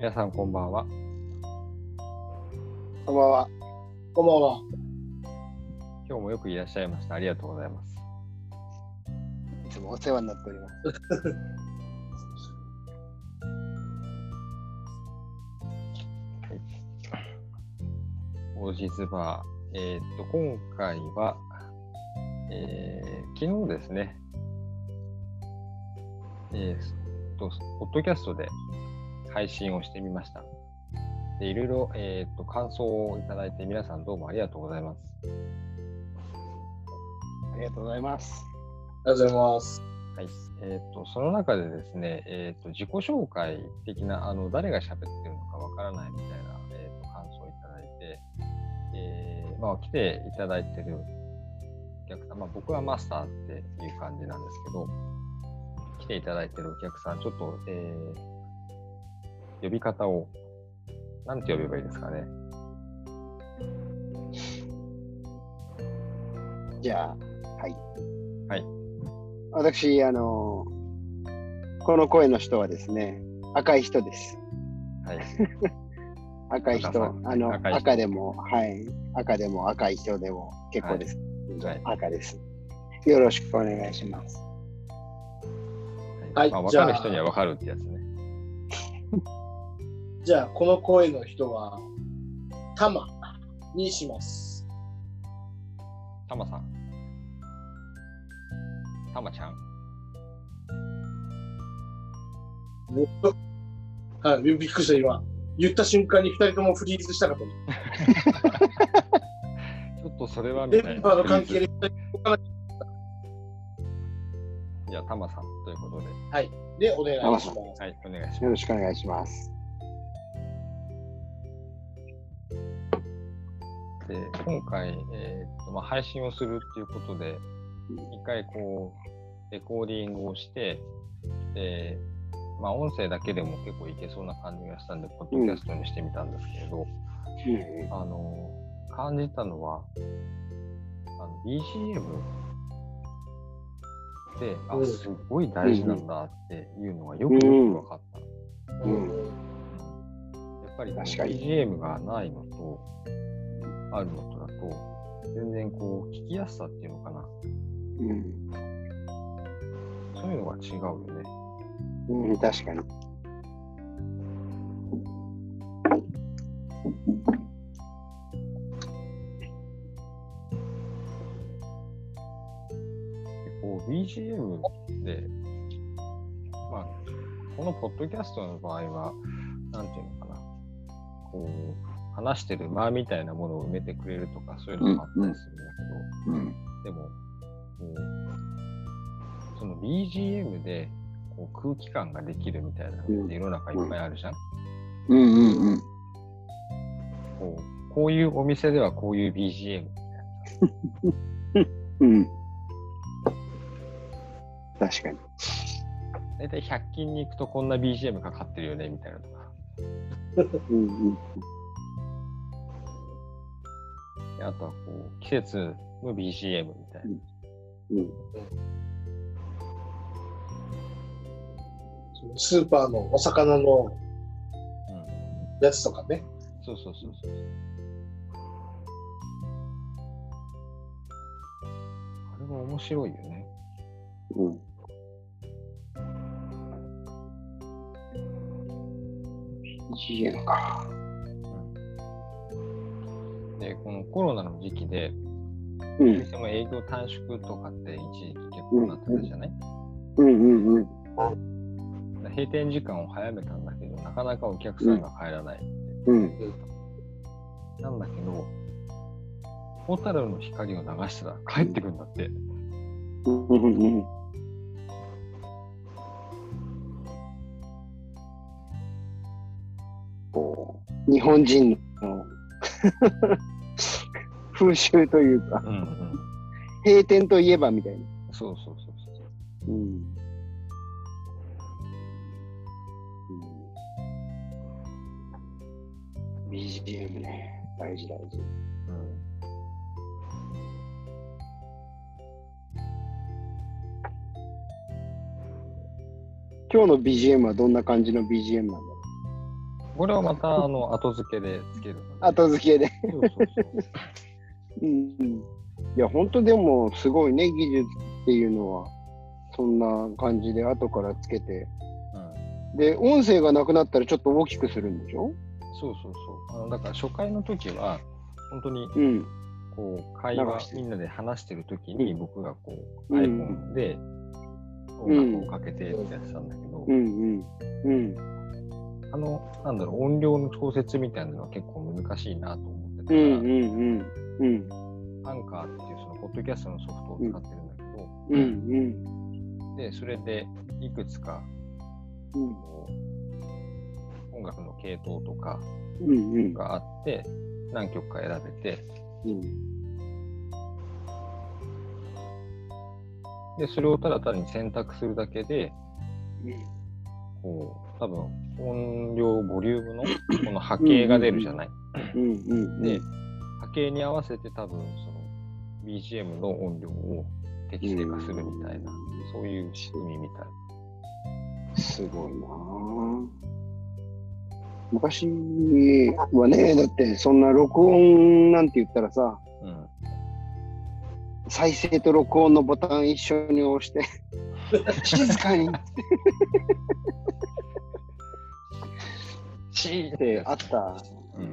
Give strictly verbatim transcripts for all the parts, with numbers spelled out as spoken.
皆さんこんばんは。 こんばんは。 こんばんは。 今日もよくいらっしゃいました。ありがとうございます。 いつもお世話になっております。 オージーズバー、えー、っと今回は、えー、昨日ですね、えー、とポッドキャストで配信をしてみました。でいろいろ、えー、と感想をいただいて皆さんどうもありがとうございます。 ありがとうございます。 ありがとうございます。 はい、えー、とその中でですね、えー、と自己紹介的なあの誰が喋ってるのかわからないみたいな、えー、と感想をいただいて、えーまあ、来ていただいているお客さん、まあ、僕はマスターっていう感じなんですけど、来ていただいているお客さん、ちょっと、えー、呼び方をなんて呼べばいいですかね。 じゃあ、はい。 はい。 私、あの、この声の人はですね、赤い人です。 はい。 赤い人、 赤あの赤い人赤でも、はい、赤でも赤い人でも結構です。 はいはい赤です。よろしくお願いします。 はいまあ、分じゃあかる人には分かるってやつね。 じゃあ、この声の人は、タマにします。 タマさん。タマちゃん。 はい、びっくりした今。言った瞬間にふたりともフリーズしたかと思っちょっとそれはた。 みたいな。 電波の関係でふたり動かない。 じゃあ、タマさんということで。 はい。で、お願いします。 はい、お願いします。 よろしくお願いします。 で今回、えーっとまあ、配信をするっていうことで、一回こうレコーディングをして、でまあ、音声だけでも結構いけそうな感じがしたんで、ポッドキャストにしてみたんですけれど、 うん、 あの感じたのは、あの ビージーエム ってあうんすごい大事なんだっていうのがよくよく分かった。 うんうんやっぱりこの ビ確かにージーエム がないのとあるのとだと全然こう聞きやすさっていうのかな、 うんそういうのが違うよね。 うん、確かに。 でこう ビージーエム で、まあ、このポッドキャストの場合はなんていうのかな、こう話してる間みたいなものを埋めてくれるとかそういうのがあったりするんだけど、 うんでもこうその ビージーエム でこう空気感ができるみたいなのって世の中いっぱいあるじゃん。 うんうんうん。 こうこういうお店ではこういう ビージーエム みたいな。 うん。確かに。 だいたいひゃく均に行くとこんな ビージーエム かかってるよねみたいなとか。 うんうんであとはこう季節の ビージーエム みたいな。 うんスーパーのお魚のうん、 やつとかね。 そうそうそうそう。あれは面白いよね。 うん。ビージーエム か。 で、このコロナの時期で、おうん店も営業短縮とかって一時期結構なってたじゃない、 うんうんうん。 閉店時間を早めたんだけど、なかなかお客さんが帰らないって。 うんなんだけど、ホタルの光を流したら帰ってくるんだって。 うんうんうん。こう日本人の風習というか、 うんうん。 閉店といえばみたいな。 そうそうそうそう。 うん。ビージーエム ね、大事大事。 うん今日の ビージーエム はどんな感じの ビージーエム なんだろここれはまたあの後付けでつけるので。 後付けで。 そうそうそう。 うんうん。いや、本当でもすごいね、技術っていうのは。そんな感じで後からつけて。 うん、 で、音声がなくなったらちょっと大きくするんでしょ？ そうそうそう。あのだから初回の時は、本当にうん。 こう会話、みんなで話してる時に僕がこう、 うん、 iPhone で音楽をかけてってやってたんだけど、 うんうんうんあの、なんだろう、音量の調節みたいなのは結構難しいなと思ってたら、 うんうんうんうんアンカーっていうそのポッドキャストのソフトを使ってるんだけど、 うんうんで、それでいくつかうんこう音楽の系統とかうんうんがあって、何曲か選べて、 うんで、それをただ単に選択するだけで、こう、多分音量、ボリュームのこの波形が出るじゃない。 うんうんで、波形に合わせて多分その ビージーエム の音量を適正化するみたいな、そういう仕組みみたい。 すごいなぁ。昔はね、だってそんな録音なんて言ったらさ、 うん。 再生と録音のボタン一緒に押して静かにシーってあった、 うん、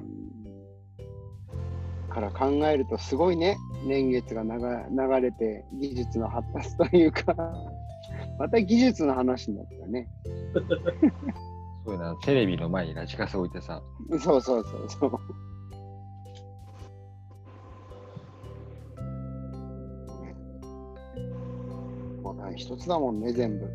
から考えるとすごいね、年月が流流れて技術の発達というかまた技術の話になったね。 そういうな、テレビの前にラジカセ置いてさ、 そうそうそうそう一つだもんね、全部。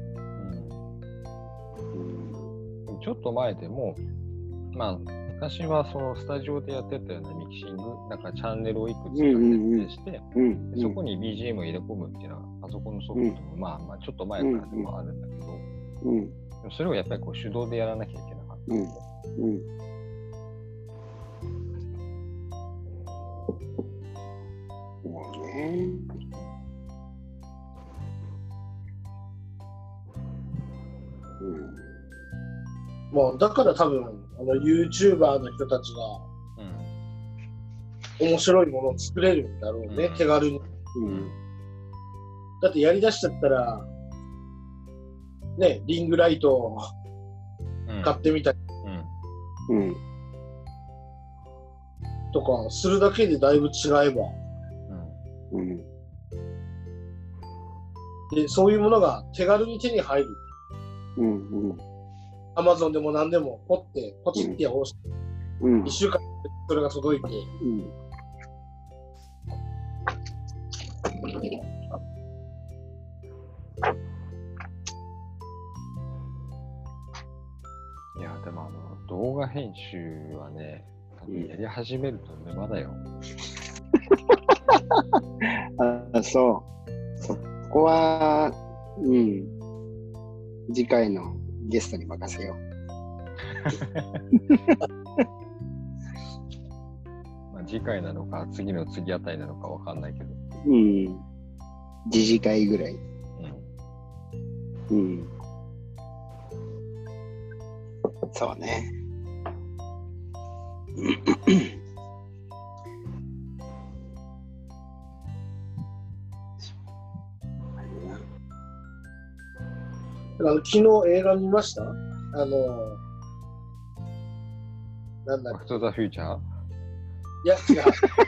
うんうん、ちょっと前でも、まあ、昔はそのスタジオでやってたようなミキシング、なんかチャンネルをいくつか設定して、 うんうんうん、 そこに ビージーエム を入れ込むっていうのは、パソコンのソフトも、うん、まあまあ、ちょっと前からでもあるんだけど、 うん、 それをやっぱりこう手動でやらなきゃいけなかったんで、 うんうんもうね。 もうだから多分あの YouTuber の人たちが面白いものを作れるんだろうね、うん、手軽に、うん、だってやりだしちゃったらね、リングライトを買ってみたり、うんうん、とかするだけでだいぶ違えば、うん、でそういうものが手軽に手に入る、うんうんアマゾンでも何でもポッてポチって押して、うん、いっしゅうかんでそれが届いて、うん、 いやでもあの動画編集はね、多分やり始めると沼だよ。 あ、そう。そこはうん次回のゲストに任せよう。 まあ次回なのか次の次あたりなのかわかんないけど。 うん。次次回ぐらい。うん。うん。そうね。 あの昨日映画見ました？あのなんだっけ？ バックトゥザフューチャー？ いや違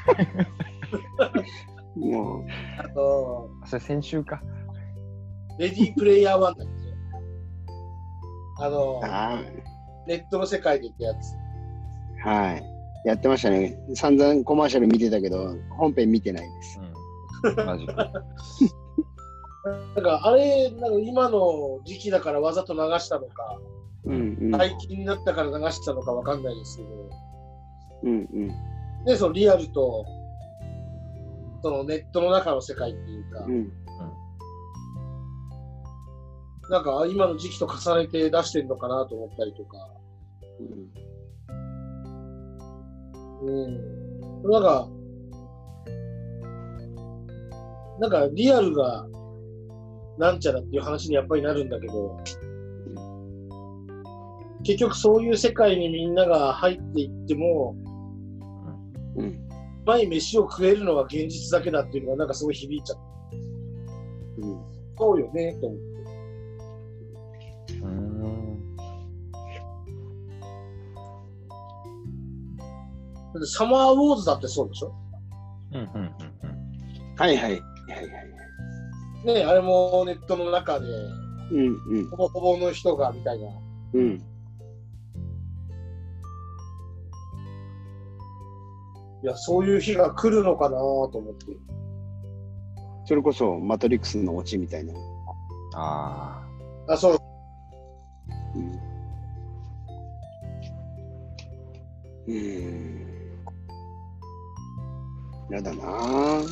う。 もうあのそれ先週か。 レディープレイヤーワンなんですよ。あのあネットの世界でってやつ。 はい。やってましたね。散々コマーシャル見てたけど本編見てないです。 うん、マジか。 なんかあれなんか今の時期だからわざと流したのか、 うんうん、 最近になったから流したのかわかんないですけど、 うんうん、 でそのリアルとそのネットの中の世界っていうか、うん、なんか今の時期と重ねて出してるのかなと思ったりとか、うん、うん、なんかなんかリアルがなんちゃらっていう話にやっぱりなるんだけど、 結局そういう世界にみんなが入っていっても、 うん。 うまい飯を食えるのは現実だけだっていうのがなんかすごい響いちゃった。 うん。 そうよね、と思って。 うーん。 だってサマーウォーズだってそうでしょ。 うんうんうんうん。 はいはい。はいはい。 ね、あれもネットの中で、 うんうん。 ほぼほぼの人がみたいな。 うん。 いや、そういう日が来るのかなと思って。 それこそ、マトリックスのオチみたいな。 ああ。あ、そう。 うん。うーん。やだなぁ。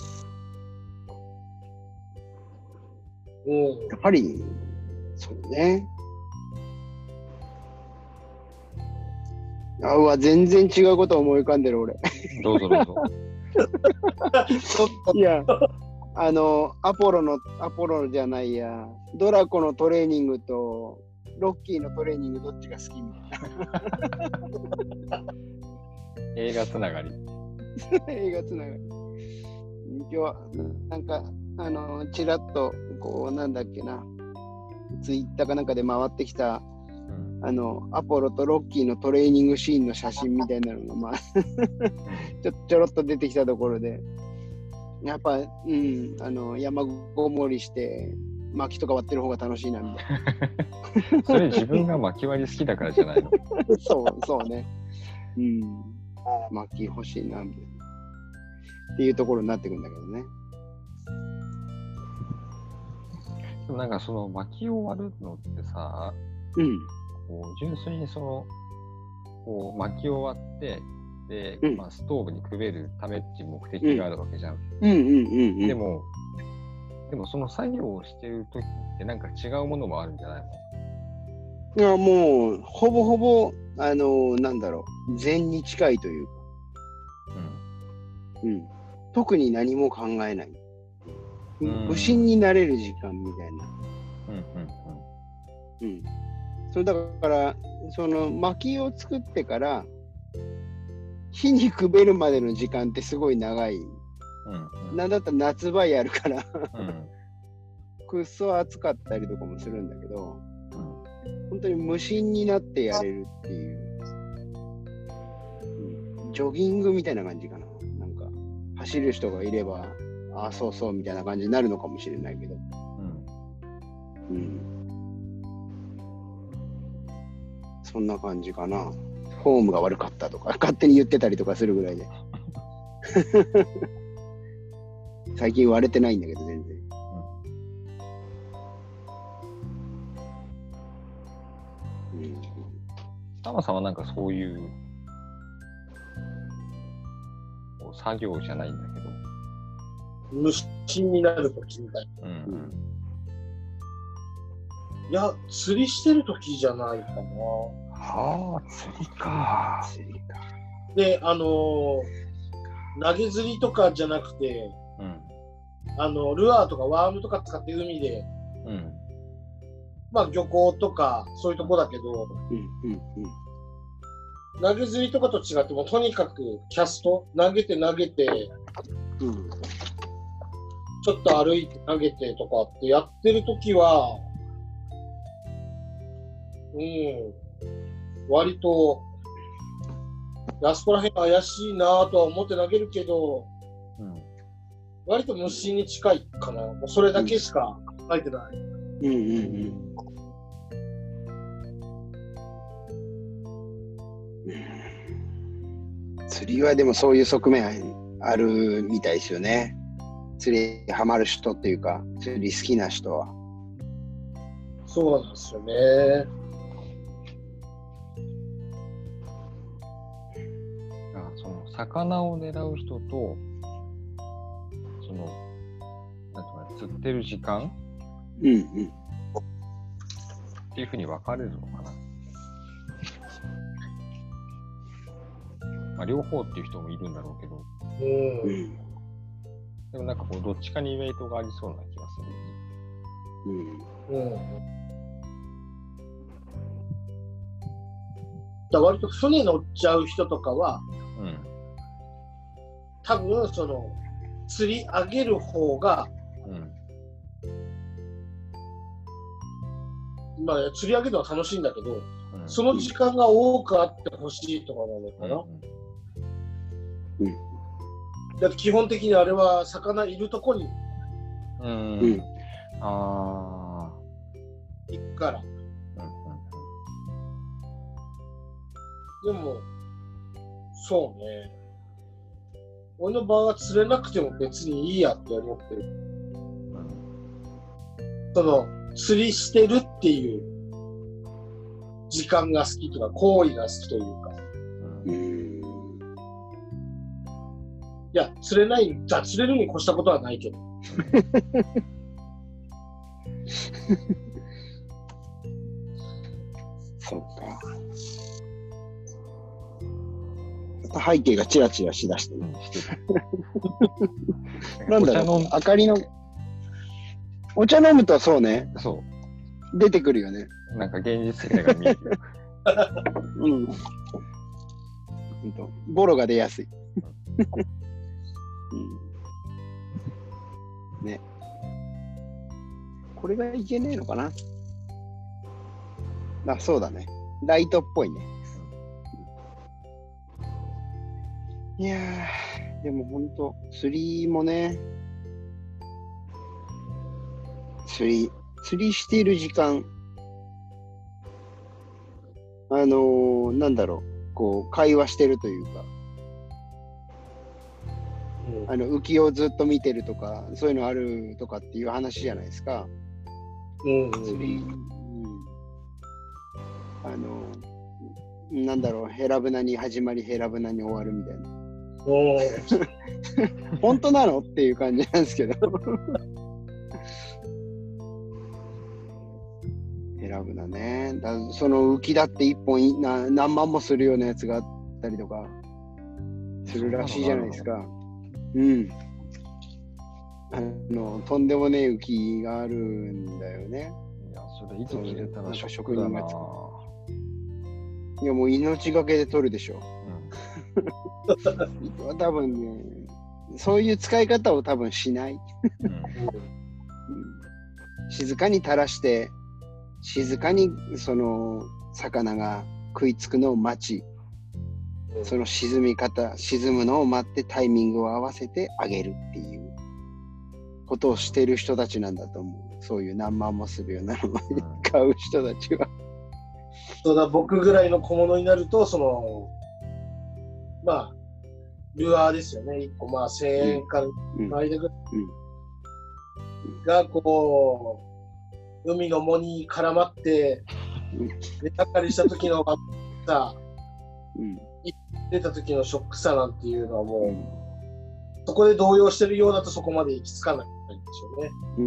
うん。 やっぱり、そうね。あうわ、全然違うこと思い浮かんでる俺。 あ。どうぞどうぞ。 いや、あの、アポロの、アポロじゃないや、ドラコのトレーニングと、ロッキーのトレーニングどっちが好きみたいな。 映画つながり。 映画つながり。今日は、なんか、あの、ちらっと、こう、なんだっけな、ツイッターかなんかで回ってきた、あの、アポロとロッキーのトレーニングシーンの写真みたいなのが、まあ、ちょ、ちょろっと出てきたところで、やっぱ、うん、あの、山ごもりして、薪とか割ってる方が楽しいな、みたいな。 それ自分が薪割り好きだからじゃないの？ そう、そうね。うん。薪欲しいな、みたいな。っていうところになってくるんだけどね。 でもなんかその薪を割るのってさ、 うん。 こう純粋にその、こう薪を割って、で、 うんまあ、ストーブにくべるためっていう目的があるわけじゃん。 うんうんうんうん。 でも、でもその作業をしてるときってなんか違うものもあるんじゃないの？ いや、もう、ほぼほぼ、あの、なんだろう、禅に近いというか、 うん。 うん。特に何も考えない。 うん無心になれる時間みたいな。 うんうんうん。それだから、その薪を作ってから、火にくべるまでの時間ってすごい長い。 うんうん。 なんだったら夏場やるから、 うんくっそ暑かったりとかもするんだけど、 うん本当に無心になってやれるっていう、うん、ジョギングみたいな感じかな。なんか、走る人がいれば、ああ、そうそうみたいな感じになるのかもしれないけど、 うん。 うん。そんな感じかな。フォームが悪かったとか、勝手に言ってたりとかするぐらいで。最近割れてないんだけど、全然。うん。 タマさんはなんかそういうこう作業じゃないんだけど、 無心になるときみたいな。 うんうん、 いや、釣りしてるときじゃないかな。 はあ、釣りか。 釣りか。 で、あのー、投げ釣りとかじゃなくて、 うん、 あの、ルアーとかワームとか使って海で、 うん、 まあ漁港とかそういうとこだけど、 うんうんうん。 投げ釣りとかと違ってもとにかくキャスト投げて投げて、 うん、 ちょっと歩いて投げてとかってやってるときは、うん、割とあそこら辺怪しいなとは思って投げるけど、 うん、 割と無心に近いかな。もうそれだけしか書いてない。 うんうんうん釣りはでもそういう側面あるみたいですよね。釣りハマる人っていうか、釣り好きな人は。 そうなんですよね。 あ、その魚を狙う人と、そのなんとか釣ってる時間うんうん。 っていうふうに分かれるのかな。まあ、両方っていう人もいるんだろうけど、 うんうん、 でもなんかこうどっちかにウェイトがありそうな気がする。 うん。 うん。 だ割と船乗っちゃう人とかは、 うん、 多分その釣り上げる方が、うん、まあ釣り上げるのは楽しいんだけど、うん、その時間が多くあってほしいとかなのかな。うんうん、だって基本的にあれは魚いるとこに、うんうん、あ行くから。でも、そうね。俺の場は釣れなくても別にいいやって思ってる。その、釣りしてるっていう時間が好きとか、行為が好きというか。うん、いや、釣れない、じゃあ釣れるに越したことはないけど。 そうか。背景がチラチラしだしてる。なんだろう、明かりのお茶飲むとそうね、そう出てくるよね。 なんか現実世界が見える。 うん。ボロが出やすい。うん、ね。これがいけねえのかな。あ、そうだね。ライトっぽいね。いやー、でもほんと、釣りもね、釣り、釣りしている時間、あのー、なんだろう、こう、会話してるというか、うん、あの、浮きをずっと見てるとか、そういうのあるとかっていう話じゃないですか。うん、釣り、うん、あのー、なんだろう、ヘラブナに始まり、ヘラブナに終わるみたいな。本当なのっていう感じなんですけど選ぶなね。だその浮きだって一本な何万もするようなやつがあったりとかするらしいじゃないですか。うん。あのとんでもねえ浮きがあるんだよね。 いや、それいつ切れたら職人がつく。 いやもう命がけで取るでしょ。うん、多分ね、そういう使い方を多分しない。うん、静かに垂らして、静かにその魚が食いつくのを待ち、その沈み方、沈むのを待ってタイミングを合わせてあげるっていうことをしてる人たちなんだと思う。そういう何万もするようなのを買う人たちは。 そうだ、僕ぐらいの小物になると、その、まあ、ルアーですよね。いっこ、まあ、せんえんからの間ぐらい、うんうん、が、こう、海の藻に絡まって、寝たかりした時のさ、うん、出た時のショックさなんていうのはもう、うん、そこで動揺してるようだとそこまで行き着かないんでしょうね。うん、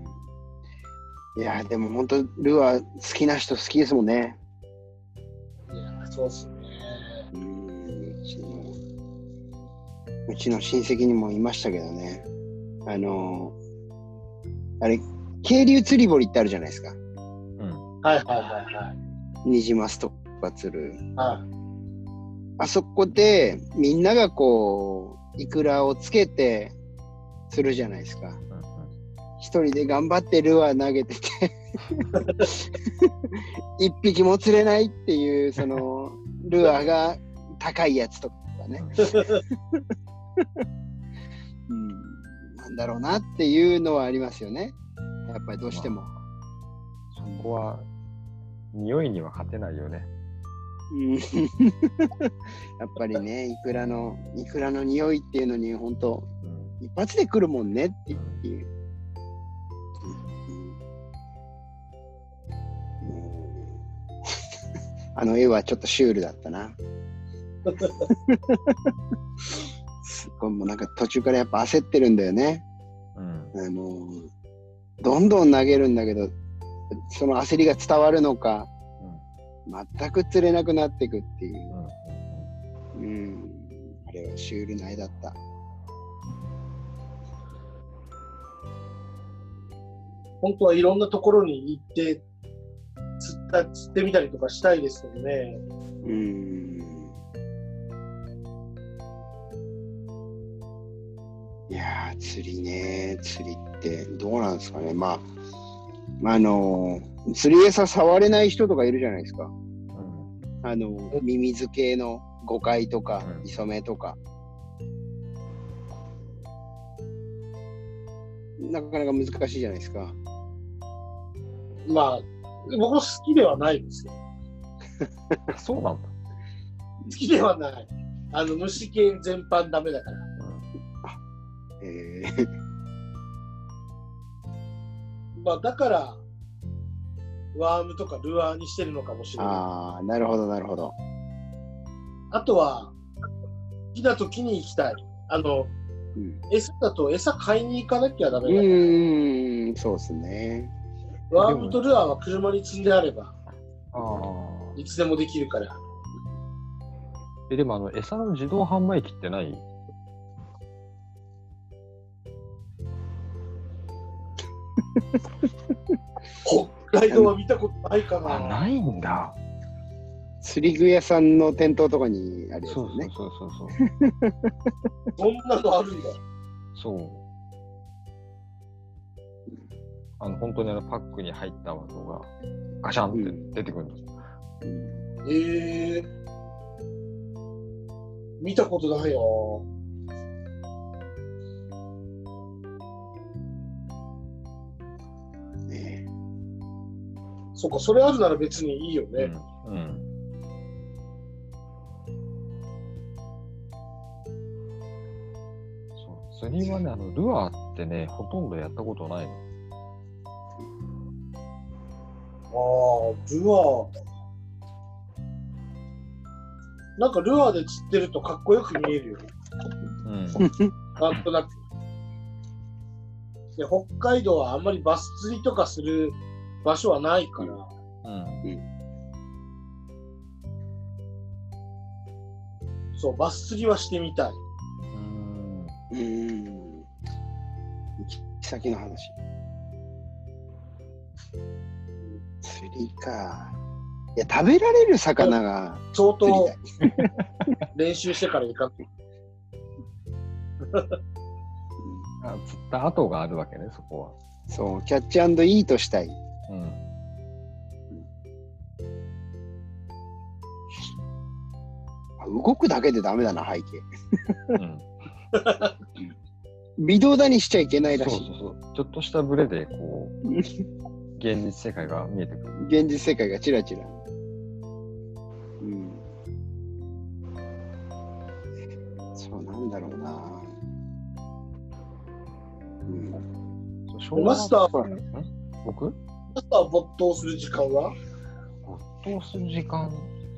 いや、でも本当、ルアー好きな人好きですもんね。 いや、そうっすね。 うちの親戚にもいましたけどね。あのー、あれ、渓流釣り堀ってあるじゃないですか。うん。 はいはいはいはい。 ニジマスとか釣る。はい。あそこでみんながこう、イクラをつけて釣るじゃないですか。うんうん、一人で頑張ってルアー投げてて一匹も釣れないっていう、その、ルアーが高いやつとかね。うん、なんだろうなっていうのはありますよね。やっぱりどうしても。まあ、そこは匂いには勝てないよね。 やっぱりね、イクラのイクラの匂いっていうのに本当、うん、一発で来るもんねっていう。うんうん、あの絵はちょっとシュールだったな。すごいもうなんか途中からやっぱ焦ってるんだよね。うん、あのどんどん投げるんだけど、その焦りが伝わるのか、うん、全く釣れなくなっていくっていう、うんうん、あれはシュールな絵だった。 本当はいろんなところに行って釣った釣ってみたりとかしたいですけどね。 うーん。いやー、釣りね、釣りってどうなんですかね。まあ、まあ、あのー、釣り餌触れない人とかいるじゃないですか。うん、あの、ミミズ系のゴカイとか、イソメとか。なかなか難しいじゃないですか。 まあ、僕も好きではないですよ。 そうなんだ。 好きではない。あの、虫系全般ダメだから。 うん、えー、 まあ、だから、ワームとかルアーにしてるのかもしれない。 ああ、なるほど、なるほど。 あとは、好きな時に行きたい。あの、うん、餌だと餌買いに行かなきゃダメだから。うーん、そうですね。 ワームとルアーは車に積んであれば、あいつでもできるから。 え、でもあの、餌の自動販売機ってない？ 北海道は見たことないかな。 あ、ないんだ。 釣り具屋さんの店頭とかにあるやつね。 そうそうそうそう。 そんなのあるんだ。 そう。あの本当にあのパックに入ったワードがガシャンって出てくるんですよ。 うん、えー、見たことないよ。ねえ。そっか、それあるなら別にいいよね。うん。うん、 そう、釣りはね、あのルアーってね、ほとんどやったことないの。 ああ、ルアー。なんかルアーで釣ってるとかっこよく見えるよね。うん。なんとなく。で、北海道はあんまりバス釣りとかする場所はないから。うん。うん、そう、バス釣りはしてみたい。うん。 うん。先の話。釣りか。いや、食べられる魚が相当練習してから行かない。 あ、釣った後があるわけね、そこは。 そう、キャッチ&イートしたい。うん。動くだけでダメだな、背景。うん。微動だにしちゃいけないらしい。 そうそうそう。ちょっとしたブレで、こう、現実世界が見えてくる。 現実世界がチラチラ。うん。そうなんだろうな。 うん。マスターは、 僕？ マスター没頭する時間は？ 没頭する時間、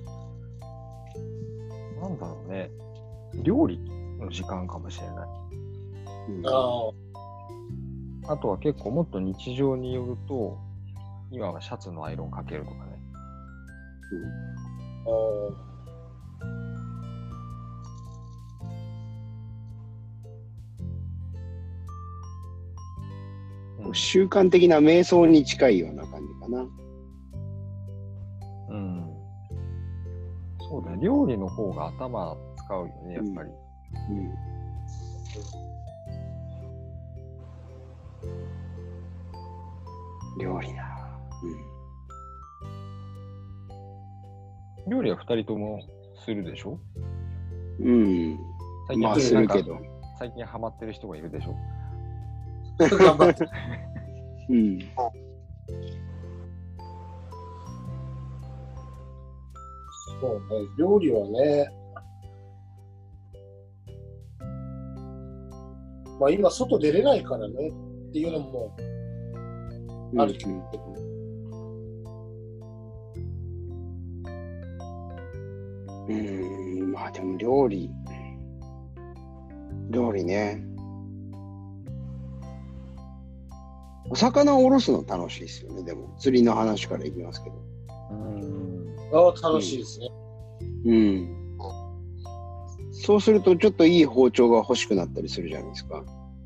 なんだろうね。料理の時間かもしれない。うん、ああ。あとは結構もっと日常によると、今はシャツのアイロンかけるとかね。うん、 あ、うん、習慣的な瞑想に近いような感じかな。 うん。そうだね。料理の方が頭使うよね、やっぱり。うん。うん、 料理な。 うん。料理は二人ともするでしょ？ うん。最近まあするけど。 最近ハマってる人がいるでしょ？ 頑張って。 うん。 そうね、料理はね。まあ今外出れないからねっていうのもあるけど。うんうーん、まあでも料理、料理ね。お魚をおろすの楽しいですよね。でも釣りの話からいきますけど。 うーん、ああ楽しいですね。 うん。うん。そうするとちょっといい包丁が欲しくなったりするじゃないですか。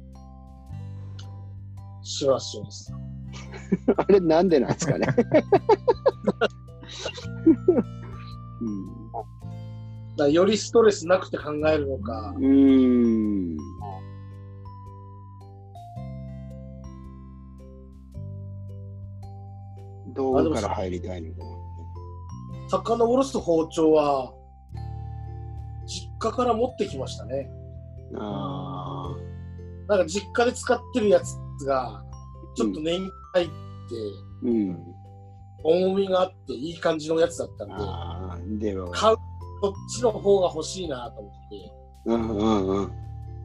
しますします。 あれなんでなんですかね。 うん、 だからよりストレスなくて考えるのか。 うーん。道具から入りたいのかな。 魚をおろす包丁は実家から持ってきましたね。 ああ。 なんか実家で使ってるやつがちょっと年季入って、 うん、 重みがあっていい感じのやつだったんで、 あでは買うそっちの方が欲しいなと思って。 うんうんうん。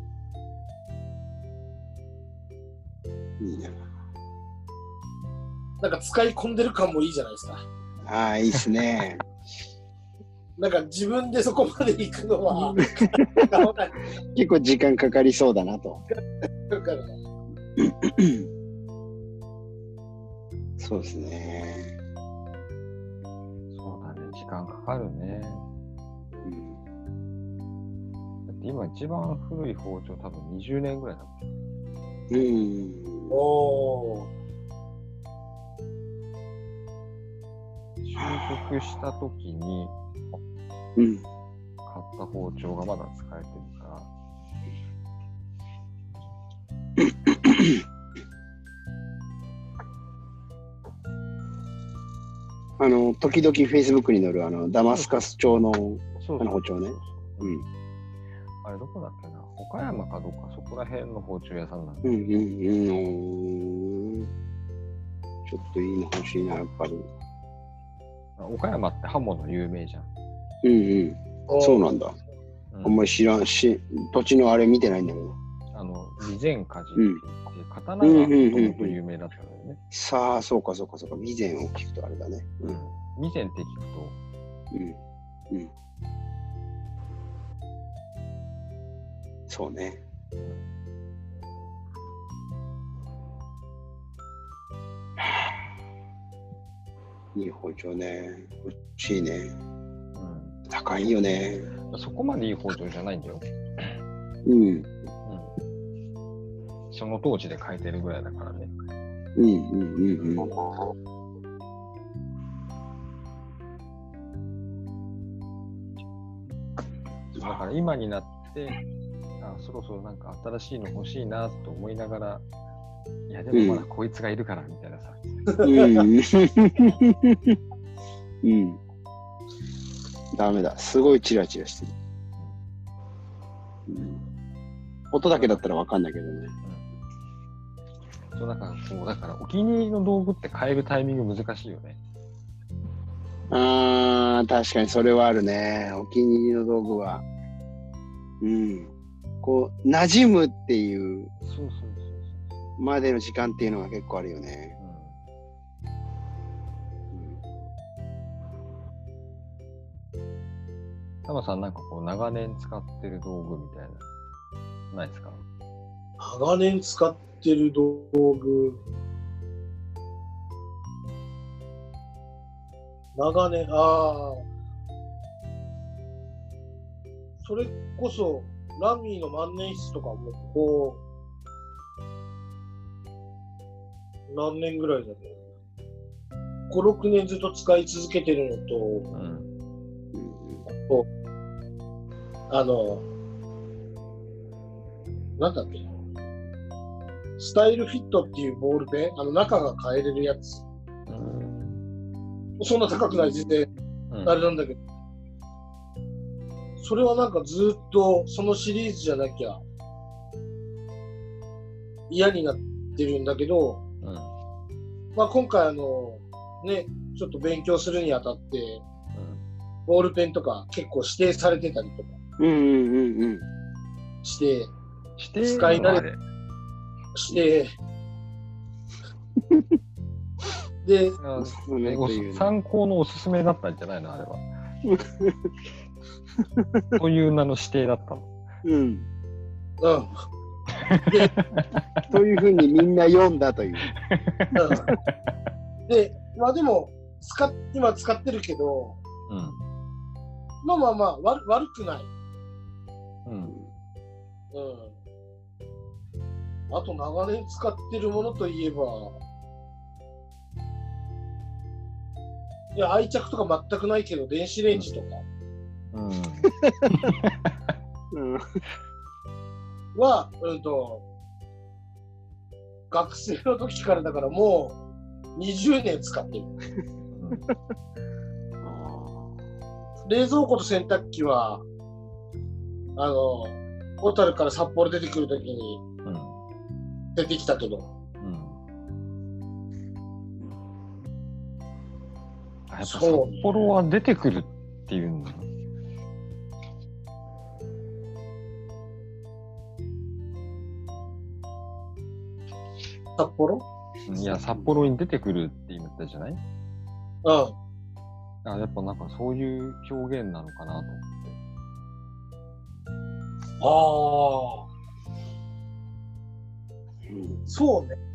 いいな。 なんか使い込んでる感もいいじゃないですか。 ああ、いいっすね。 なんか自分でそこまで行くのは結構時間かかりそうだなと。 だからそうですね。 そうだね、時間かかるね。 うん、 だって今一番古い包丁多分にじゅうねんぐらいだもん。 うん。 おー。 就職した時にうん、 買った包丁がまだ使えてるからあの時々 Facebook に載るあのダマスカス調のあの包丁ね。うん。 あれどこだっけな、岡山かどうかそこら辺の包丁屋さんなんだ。 うんうんうん。ちょっといいの欲しいなやっぱり。 岡山って刃物有名じゃん。 うんうん。そうなんだ。うん、あんまり知らんし、土地のあれ見てないんだけど。 あの、備前鍛冶っていう刀がもともと有名だったんだよね。 さあ、そうかそうかそうか。備前を聞くとあれだね。 うん。備前って聞くと、 うん。うん。そうね。いい包丁ね。欲しいね。うん。高いよね。 そこまでいい包丁じゃないんだよ。 うん。うん。 その当時で買えてるぐらいだからね。 うんうんうんうん。 だから今になって、あ、そろそろなんか新しいの欲しいなと思いながら、いやでもまだこいつがいるからみたいなさ。うん。 うん。ダメだ。すごいチラチラしてる。うん、音だけだったらわかんないけどね。 うん、そうなんかこうだからお気に入りの道具って変えるタイミング難しいよね。 ああ、確かにそれはあるね。お気に入りの道具は。うん。こう、馴染むっていう。 そうそうそうそう。 までの時間っていうのが結構あるよね。 タマさんなんかこう長年使ってる道具みたいなないですか？ 長年使ってる道具、長年、ああ、それこそラミーの万年筆とかもこう何年ぐらいだね。ご、ろくねんずっと使い続けてるのと、うん、あの、なんだっけ、スタイルフィットっていうボールペン、あの中が変えれるやつ。うん、そんな高くない全然、うん、あれなんだけど、それはなんかずっとそのシリーズじゃなきゃ嫌になってるんだけど、うん、まあ今回あのね、ちょっと勉強するにあたって、うん、ボールペンとか結構指定されてたりとかして、 指定使い慣れてしてで、 参考のおすすめだったんじゃないのあれは。という名の指定だったの。 うん。うん。で、というふうにみんな読んだという。 うん、で、まあでも使っ今使ってるけど、うん、まあまあまあ悪悪くない。うん。うん。あと長年使ってるものといえば、 いや、愛着とか全くないけど、電子レンジとか。 うんうん。 は、うんと、学生の時からだからもうにじゅうねん使ってる。冷蔵庫と洗濯機は、あの、小樽から札幌出てくるときに出てきたけど。 うんうん、やっぱ札幌は出てくるっていうんだ。 札幌？ いや、札幌に出てくるって言ったじゃない？うん。あ、やっぱなんかそういう表現なのかなと思って。 ああ。うん、そうね。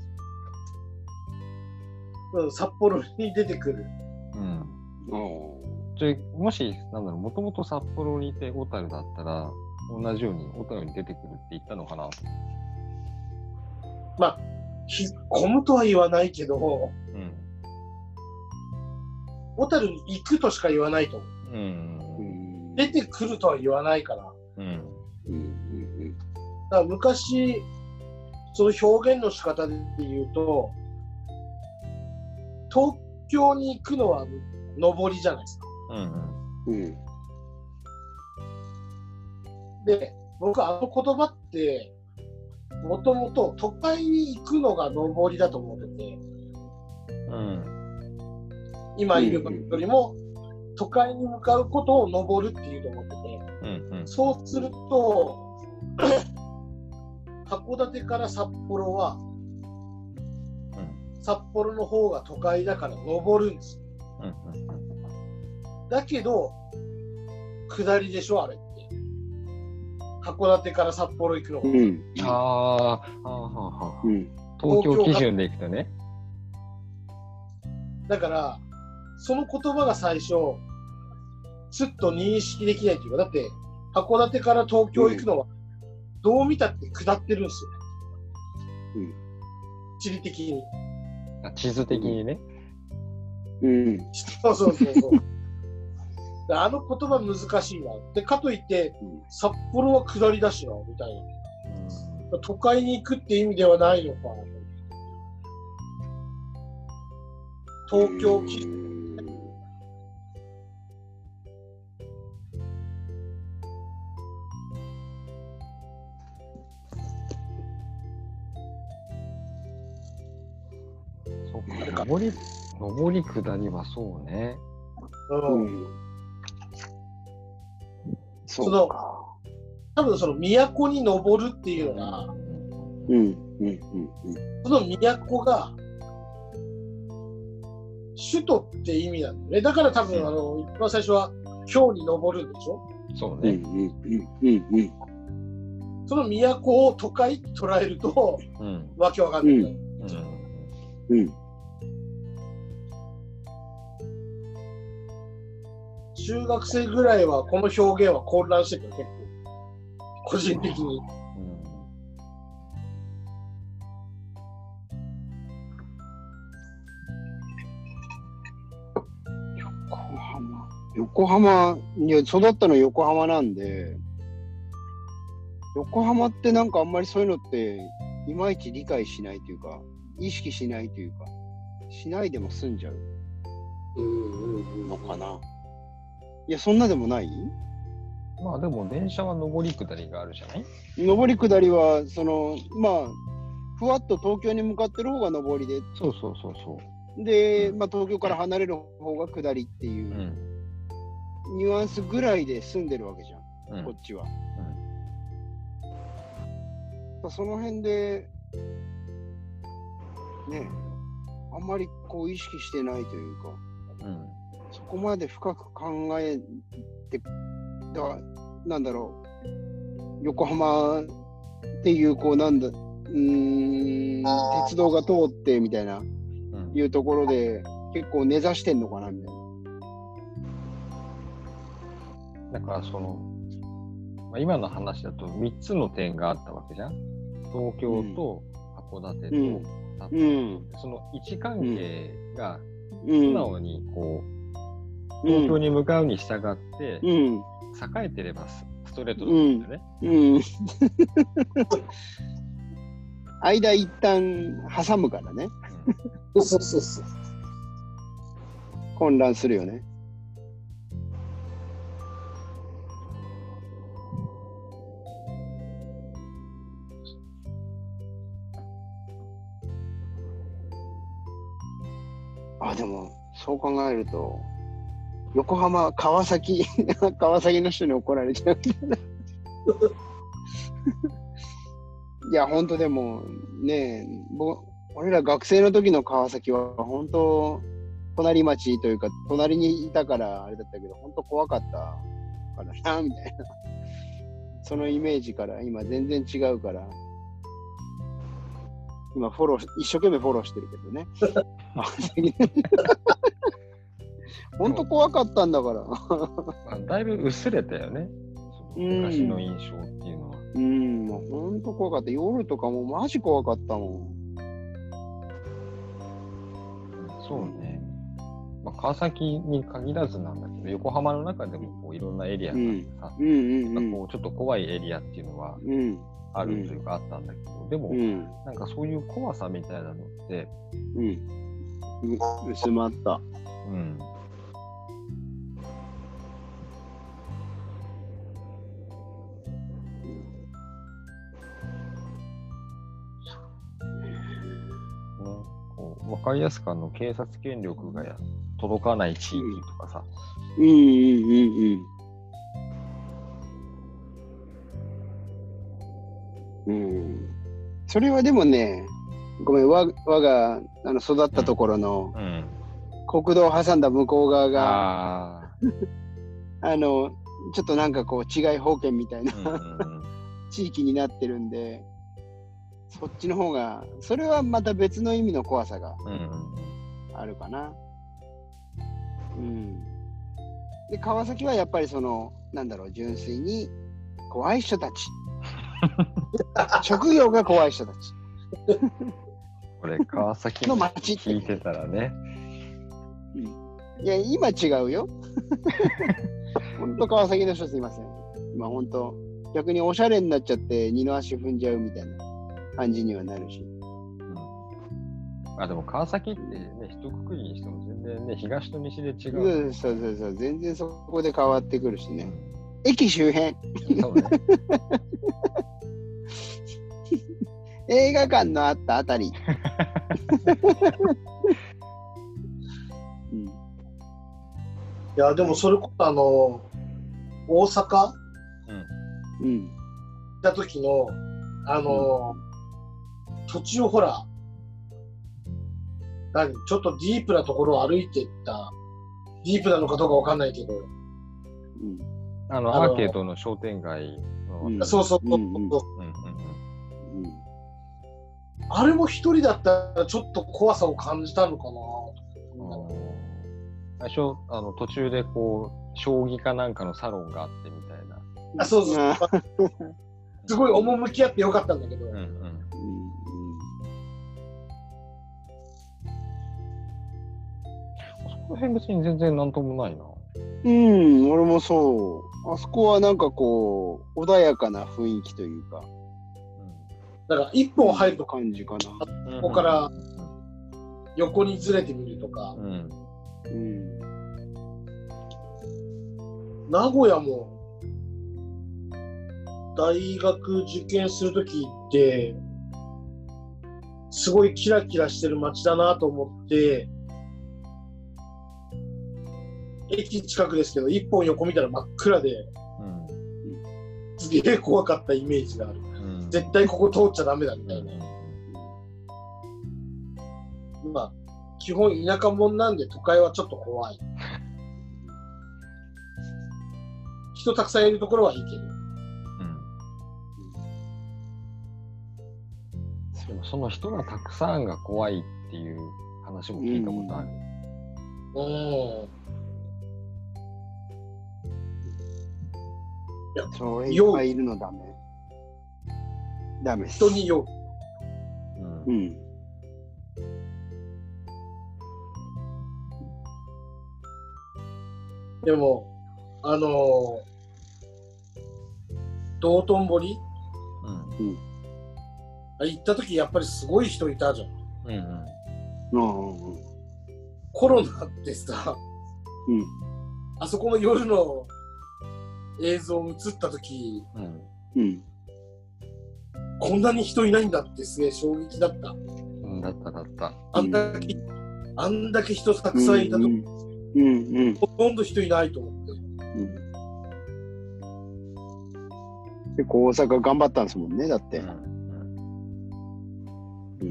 うん、札幌に出てくる。 うん。じゃあもし、なんだろう、もともと札幌にいて小樽だったら、同じように小樽に出てくるって言ったのかな？ まあ、引っ込むとは言わないけど、うん、小樽に行くとしか言わないと思う。うん、出てくるとは言わないから。うん、だから昔、その表現の仕方で言うと、東京に行くのは上りじゃないですか。うんうん、で、僕はあの言葉って、もともと都会に行くのが上りだと思ってて、うん、今いる場所よりも都会に向かうことを上るっていうと思ってて、うんうん、そうすると函館から札幌は、うん、札幌の方が都会だから上るんですよ、うんうん、だけど下りでしょあれって。函館から札幌行くのが、うん、 ああ、はあはあ、うん、東京基準で行くとね。 だからその言葉が最初すっと認識できないというか、だって函館から東京行くのはどう見たって下ってるんですよ、うん、地理的に。 あ、地図的にね。 うん。そうそうそうそう。あの言葉難しいな。で、かといって、札幌は下りだしな、みたいな。うん、都会に行くって意味ではないのか。東京基準。 そうか、上り、上り下りはそうね。うん。 その多分その都に登るっていうのが、うんうんうんうん、その都が首都って意味なんだよね。だから多分あの一番最初は京に登るんでしょ。 そうね。うんうんうんうん、その都を都会って捉えると、うん、わけわかんない。うんうんうん、中学生ぐらいはこの表現は混乱してるよ、結構個人的に、うん、 横浜横浜に育ったの横浜なんで、横浜ってなんかあんまりそういうのっていまいち理解しないというか意識しないというかしないでも済んじゃうのかな。いや、そんなでもない？ まあでも電車は上り下りがあるじゃない？ 上り下りはそのまあふわっと東京に向かってる方が上りで、 そうそうそうそう。 で、まあ東京から離れる方が下りっていう、うん、ニュアンスぐらいで済んでるわけじゃん、うん、こっちは。うん、その辺でね、あんまりこう意識してないというか。うん、そこまで深く考えてだなんだろう、横浜っていうこうなんだうーん鉄道が通ってみたいな、うん、いうところで結構根ざしてんのかなみたいな。だからその、まあ、今の話だとみっつの点があったわけじゃん。東京と函館と、うんうん、その位置関係が素直にこう、 東京に向かうに従って、 うん、 栄えてればストレートなんだよね。 うんうん、間一旦挟むからね。 そうそうそうそう。 混乱するよね。あ、でもそう考えると横浜、川崎川崎の人に怒られちゃういや本当でもねえ、俺ら学生の時の川崎は本当隣町というか隣にいたからあれだったけど、本当怖かったからなみたいな、そのイメージから今全然違うから、今フォロー一生懸命フォローしてるけどね本当怖かったんだからまあ、だいぶ薄れたよね、その昔の印象っていうのは。 うん、もう本当怖かった。夜とかもマジ怖かったもん。 そうね。まあ、川崎に限らずなんだけど、横浜の中でもこういろんなエリアがあってさ、 うんうんうん、 こうちょっと怖いエリアっていうのはあるというかあったんだけど、うん、でも、うん、なんかそういう怖さみたいなのって、 うん、薄まった。うん。 わかりやすくあの警察権力が届かない地域とかさ、 うんうんうんうん。うん。それはでもね、ごめん、わ我があの育ったところの、うんうん、国道を挟んだ向こう側が、あ, あのちょっとなんかこう違い保険みたいな、うんうんうん、地域になってるんで。そっちの方が、それはまた別の意味の怖さがあるかな。うん、うん。で、川崎はやっぱりその、なんだろう、純粋に怖い人たち。職業が怖い人たち。 これ、川崎の街聞いてたらね。 うん、いや、今違うよ。本当川崎の人すいません。今本当、逆におしゃれになっちゃって二の足踏んじゃうみたいな感じにはなるし、 うん、あでも川崎ってね、一括りにしても全然ね、東と西で違う、 うん、そうそうそう、全然そこで変わってくるしね、駅周辺そうね映画館のあったあたり、 うん、いやでもそれこそあの大阪、うん、行った時のあの、うん途中ほら、何ちょっとディープなところを歩いていった、ディープなのかどうかわかんないけど、うん、 あのアーケードの商店街の、 うん、そうそうそうそう、うんうんうん、あれも一人だったらちょっと怖さを感じたのかな。 最初あの途中でこう将棋かなんかのサロンがあってみたいな。 あ、そうそうすごい趣あってよかったんだけど。うんうんこの辺別に全然なんともないな。 うん、俺もそう。あそこはなんかこう穏やかな雰囲気というか。うん、 だから一本入る感じかな。 ここから横にずれてみるとか。うんうん、名古屋も大学受験するときってすごいキラキラしてる街だなと思って。駅近くですけど一本横見たら真っ暗で、うん、すげえ怖かったイメージがある、うん、絶対ここ通っちゃダメだみたいな、うん、まあ基本田舎者なんで都会はちょっと怖い人たくさんいるところはいいけど、 うん、でもその人がたくさんが怖いっていう話も聞いたことある。うん、 それいっぱいいるのダメ。ダメです。 人に酔う。うん。うん、 でも、あのー、道頓堀、うん、あ行った時やっぱりすごい人いたじゃん。うんうん、コロナってさ、うん、あそこの夜の映像映った時、うんうん、こんなに人いないんだってすげえ衝撃だった。 うん、だっただった。 あんだけ、うん、あんだけ人たくさんいたと、うんうんうん、ほとんど人いないと思って。うん、 結構大阪頑張ったんですもんね、だって。うんうん、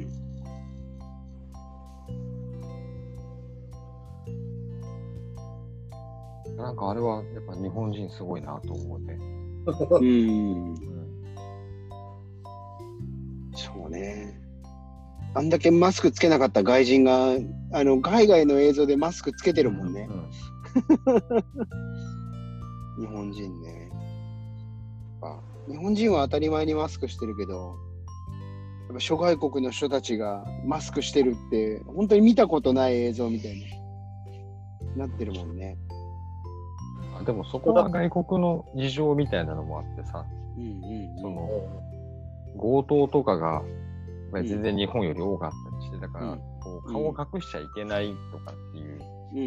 なんかあれはやっぱ日本人すごいなと思うね。うん、 そうね。あんだけマスクつけなかった外人があの海外の映像でマスクつけてるもんね。うんうん、日本人ね。あ、日本人は当たり前にマスクしてるけど、やっぱ諸外国の人たちがマスクしてるって本当に見たことない映像みたいになってるもんね。 あ、でもそこは外国の事情みたいなのもあってさ、うんうんうん、その強盗とかが全然日本より多かったりして、だから、うん、こう顔を隠しちゃいけないとかっていう、うん、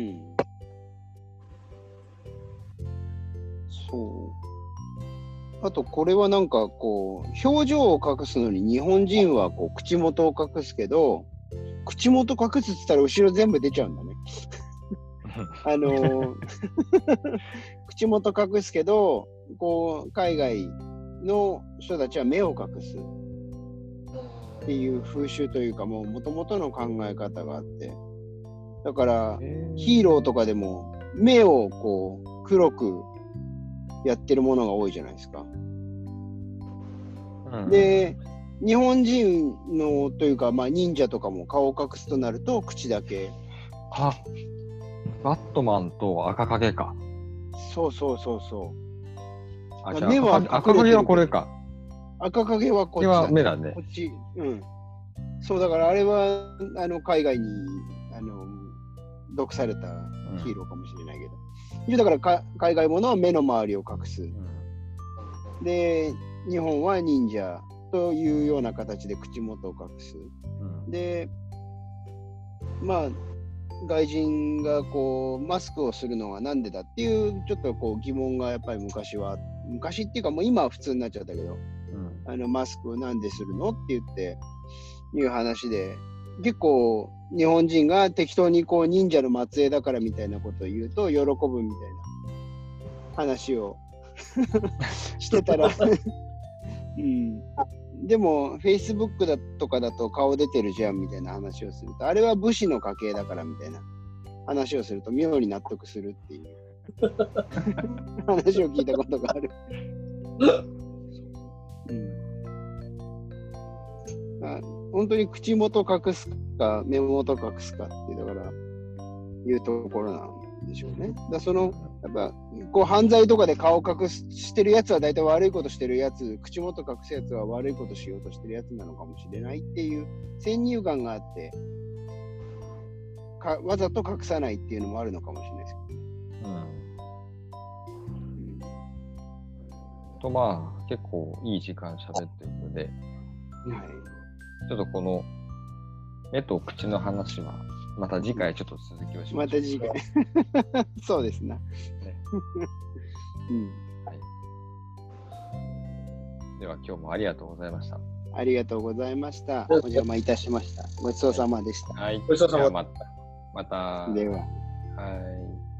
そう。あとこれはなんかこう表情を隠すのに日本人はこう口元を隠すけど、口元隠すって言ったら後ろ全部出ちゃうんだね。あのー、口元隠すけど、こう海外の人たちは目を隠すっていう風習というか、もう元々の考え方があって、だからヒーローとかでも目をこう黒くやってるものが多いじゃないですか。うん、で、日本人のというか、まあ忍者とかも顔を隠すとなると口だけ。 あ、バットマンと赤影か。 そうそうそうそう。 あ、じゃあ目は赤影はこれか。 赤影はこっちだ、ね。目だね。 こっち。うん。そうだからあれはあの海外にあの毒されたヒーローかもしれないけど。うん、だからか海外ものは目の周りを隠す。うん、で、日本は忍者というような形で口元を隠す。うん、で、まあ外人がこうマスクをするのはなんでだっていうちょっとこう疑問がやっぱり昔は昔っていうかもう今は普通になっちゃったけど、うん、あのマスクをなんでするのって言っていう話で、結構日本人が適当にこう忍者の末裔だからみたいなことを言うと喜ぶみたいな話をしてたら、うん、でも Facebook だとかだと顔出てるじゃんみたいな話をすると、あれは武士の家系だからみたいな話をすると妙に納得するっていう話を聞いたことがある。うん、あ、本当に口元隠すか目元隠すかってだからいうところなんでしょうね。だそのやっぱこう犯罪とかで顔隠してるやつは大体悪いことしてるやつ、口元隠すやつは悪いことしようとしてるやつなのかもしれないっていう先入観があってかわざと隠さないっていうのもあるのかもしれないですけど、うんうん、とまあ結構いい時間喋ってるので、はい、ちょっとこの目と口の話はまた次回ちょっと続きをしましょう。 また次回そうですな、ね、 うん、はい、では今日もありがとうございました。 ありがとうございました。お邪魔いたしました。ごちそうさまでした。 はい、ごちそうさま。また。また。 では。 はい。